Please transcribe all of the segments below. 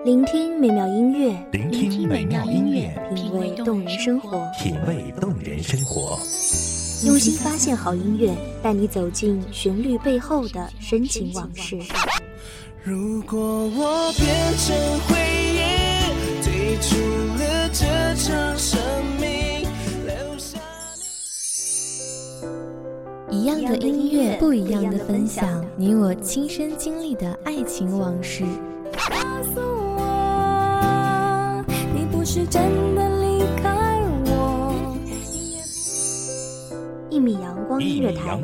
聆听美妙音乐， 品味动人生活， 用心发现好音乐，带你走进旋律背后的深情往事。 如果我变成回忆，退出了这场生命，留下一样的音乐，不一样的分享，你我亲身经历的爱情往事。 告诉我，你不是真的离开我。 一米阳光音乐台，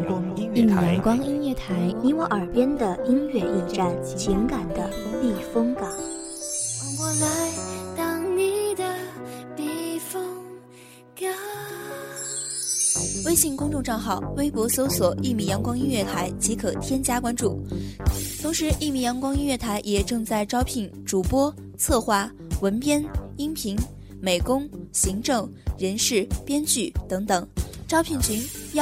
你我耳边的音乐驿站，情感的避风港。 让我来当你的避风港。 微信公众账号、微博搜索“一米阳光音乐台”即可添加关注。同时，一米阳光音乐台也正在招聘主播、策划、文编、音频、美工、行政、人事、编剧等等。招聘群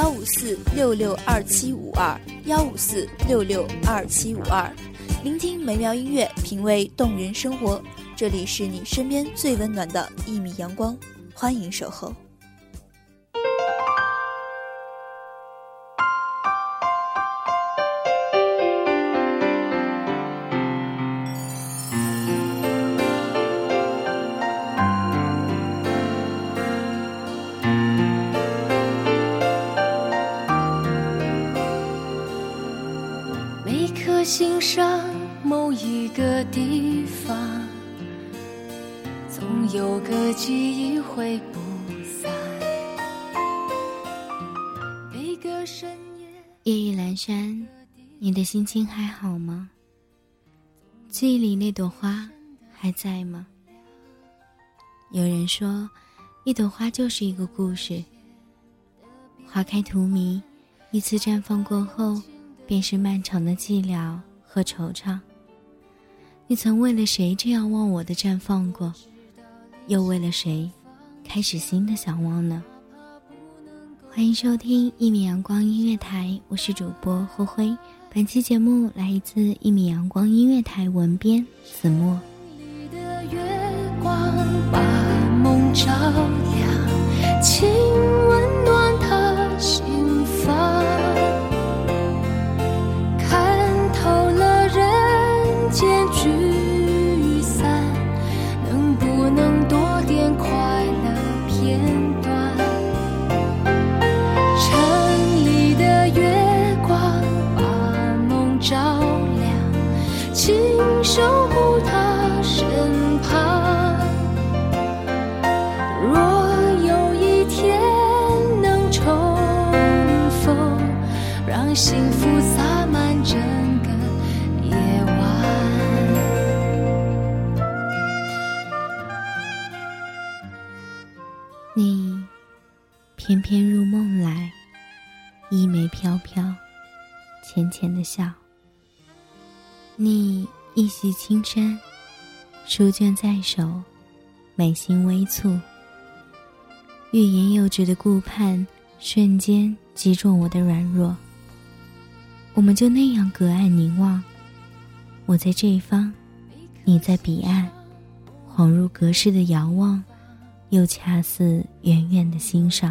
154662752，154662752。聆听美妙音乐，品味动人生活。这里是你身边最温暖的一米阳光，欢迎守候。 每颗心上某一个地方，总有个记忆会不散。每个深夜， 夜已阑珊，你的心情还好吗？记忆里那朵花还在吗？有人说，一朵花就是一个故事，花开荼蘼，一次绽放过后，便是漫长的寂寥和惆怅。你曾为了谁这样忘我的绽放过，又为了谁开始新的想忘呢？欢迎收听一米阳光音乐台，我是主播霍辉。本期节目来自一米阳光音乐台文编子墨。 里的月光把梦照亮，请温暖他心房。看透了人间聚散，能不能多点快乐片段？城里的月光把梦照亮，请守护他身旁。若有一天能重逢，让幸福洒满整个夜晚。 你翩翩入梦来，衣袂飘飘，浅浅的笑。你一袭青衫，书卷在手，眉心微蹙。欲言又止的顾盼，瞬间击中我的软弱。我们就那样隔岸凝望，我在这一方，你在彼岸，恍如隔世的遥望，又恰似远远的欣赏。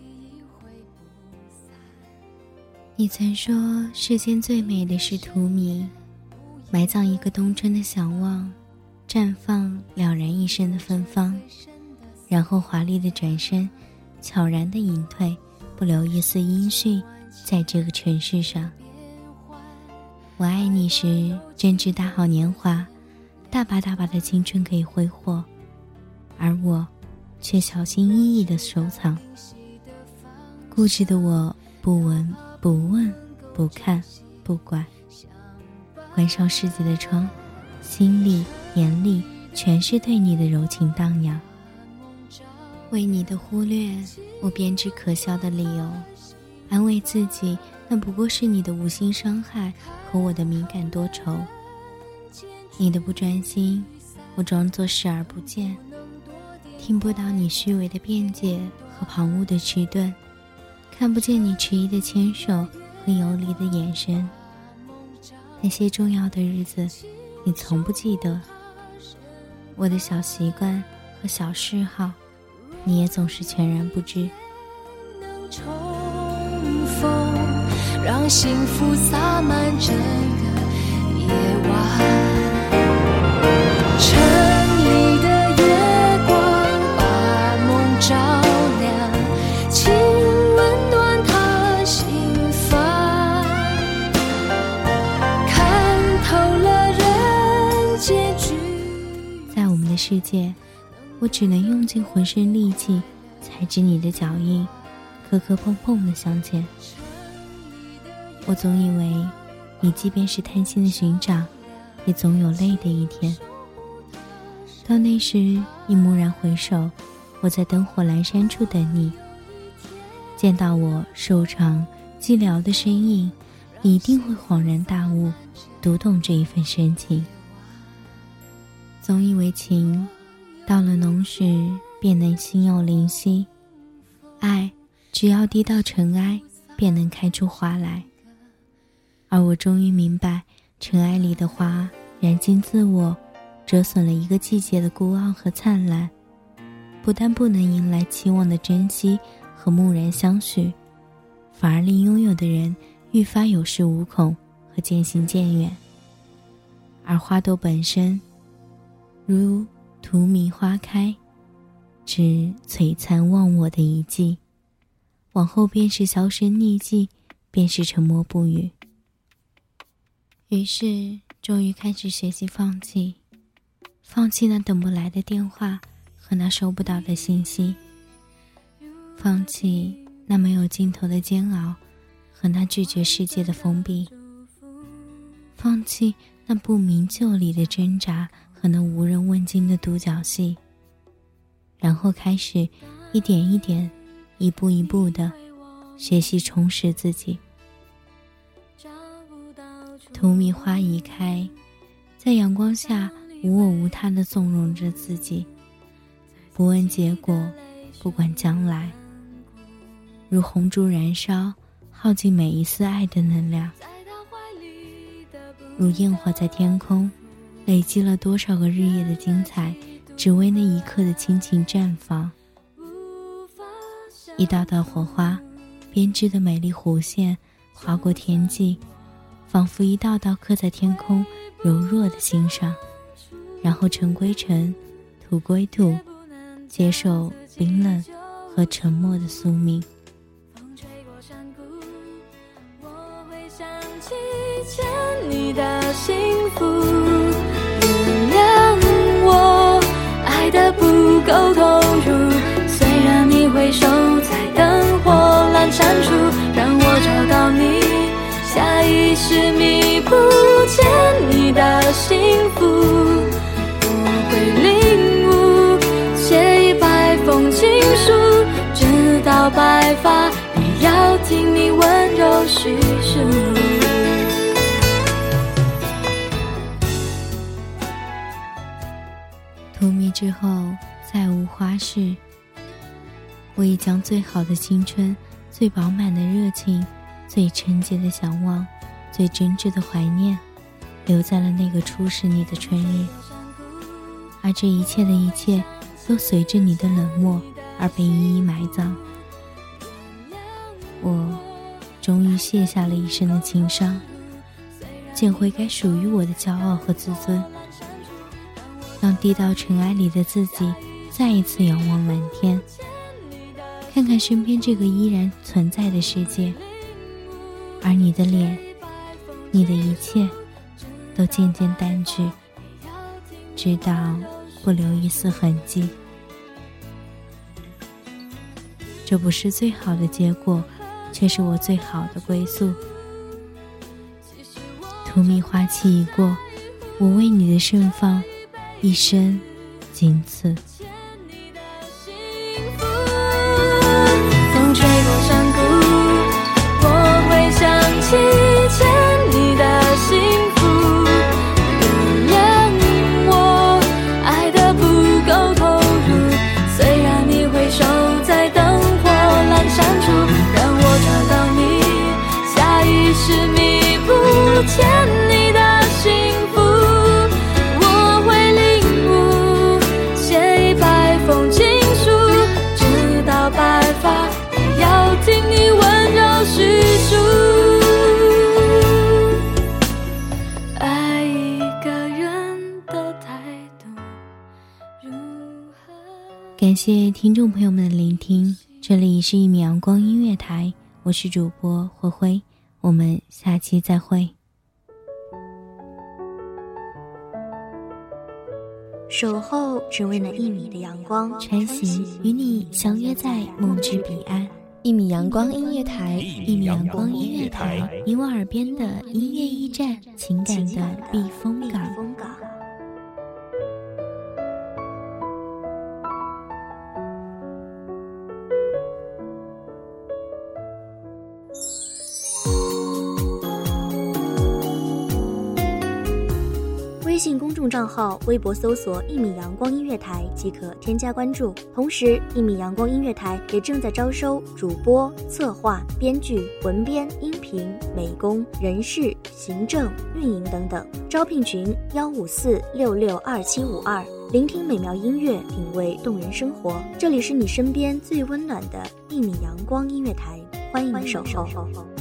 你曾说世间最美的是荼蘼，埋葬一个冬春的想望，绽放了然一生的芬芳，然后华丽的转身，悄然的隐退，不留一丝音讯在这个尘世上。我爱你时正值大好年华，大把大把的青春可以挥霍，而我却小心翼翼地收藏。固执的我，不闻不问不看不管，关上世界的窗，心里眼里全是对你的柔情荡漾。为你的忽略，我编织可笑的理由，安慰自己那不过是你的无心伤害和我的敏感多愁。你的不专心，我装作视而不见，听不到你虚伪的辩解和旁骛的迟钝，看不见你迟疑的牵手和游离的眼神。那些重要的日子，你从不记得， 我的小习惯和小嗜好，你也总是全然不知。 能重逢，让幸福洒满整个夜晚。城里的月光把梦照亮，请温暖他心房。看透了人间局， 在我们的世界，我只能用尽浑身力气踩着你的脚印，磕磕碰碰地向前。我总以为你即便是贪心的寻找，也总有累的一天。到那时一蓦然回首，我在灯火阑珊处等你，见到我瘦长寂寥的身影，你一定会恍然大悟，读懂这一份深情。总以为情到了浓时便能心有灵犀，爱只要滴到尘埃便能开出花来。而我终于明白，尘埃里的花燃尽自我，折损了一个季节的孤傲和灿烂，不但不能迎来期望的珍惜和蓦然相许，反而令拥有的人愈发有恃无恐和渐行渐远。而花朵本身如荼蘼花开，只璀璨忘我的一季，往后便是销声匿迹，便是沉默不语。于是终于开始学习放弃，放弃那等不来的电话和那收不到的信息，放弃那没有尽头的煎熬和那拒绝世界的封闭，放弃那不明就里的挣扎和那无人问津的独角戏，然后开始一点一点一步一步地学习重拾自己。荼蘼花一开，在阳光下无我无他地纵容着自己，不问结果，不管将来，如红烛燃烧，耗尽每一丝爱的能量，如焰火在天空，累积了多少个日夜的精彩，只为那一刻的倾情绽放。一道道火花编织的美丽弧线划过天际，仿佛一道道刻在天空柔弱的心上，然后尘归尘，土归土，接受冰冷和沉默的宿命。 风吹过山谷，我会想起欠你的幸福，原谅我爱得不够投入，虽然你回首在灯火阑珊处，让我找到你，下意识弥补欠你的幸福。我会领悟写100封情书，直到白发也要听你温柔叙述。 荼蘼之后再无花事，我已将最好的青春，最饱满的热情，最纯洁的想望，最真挚的怀念，留在了那个初识你的春日。而这一切的一切都随着你的冷漠而被一一埋葬。我终于卸下了一身的情伤，捡回该属于我的骄傲和自尊，让低到尘埃里的自己再一次仰望蓝天，看看身边这个依然存在的世界，而你的脸，你的一切都渐渐淡去，直到不留一丝痕迹。这不是最好的结果，却是我最好的归宿。荼蘼花期已过，我为你的盛放一生仅此。 风吹过山谷，我会想起欠你的幸福，原谅我爱得不够投入，虽然你回首在灯火阑珊处，让我找到你，下意识弥补欠你的幸福。我会领悟感谢听众朋友们的聆听，这里是一米阳光音乐台，我是主播慧慧，我们下期再会。 守候只为那1米的阳光， 穿行与你相约在梦之彼岸。 1米阳光音乐台 1米阳光音乐台，你我耳边的音乐驿站，情感的避风港。 微信公众账号、微博搜索1米阳光音乐台即可添加关注。同时，1米阳光音乐台也正在招收主播、策划、编剧、文编、音频、美工、人事、行政、运营等等。招聘群154662752。聆听美妙音乐，品味动人生活。这里是你身边最温暖的1米阳光音乐台，欢迎守候。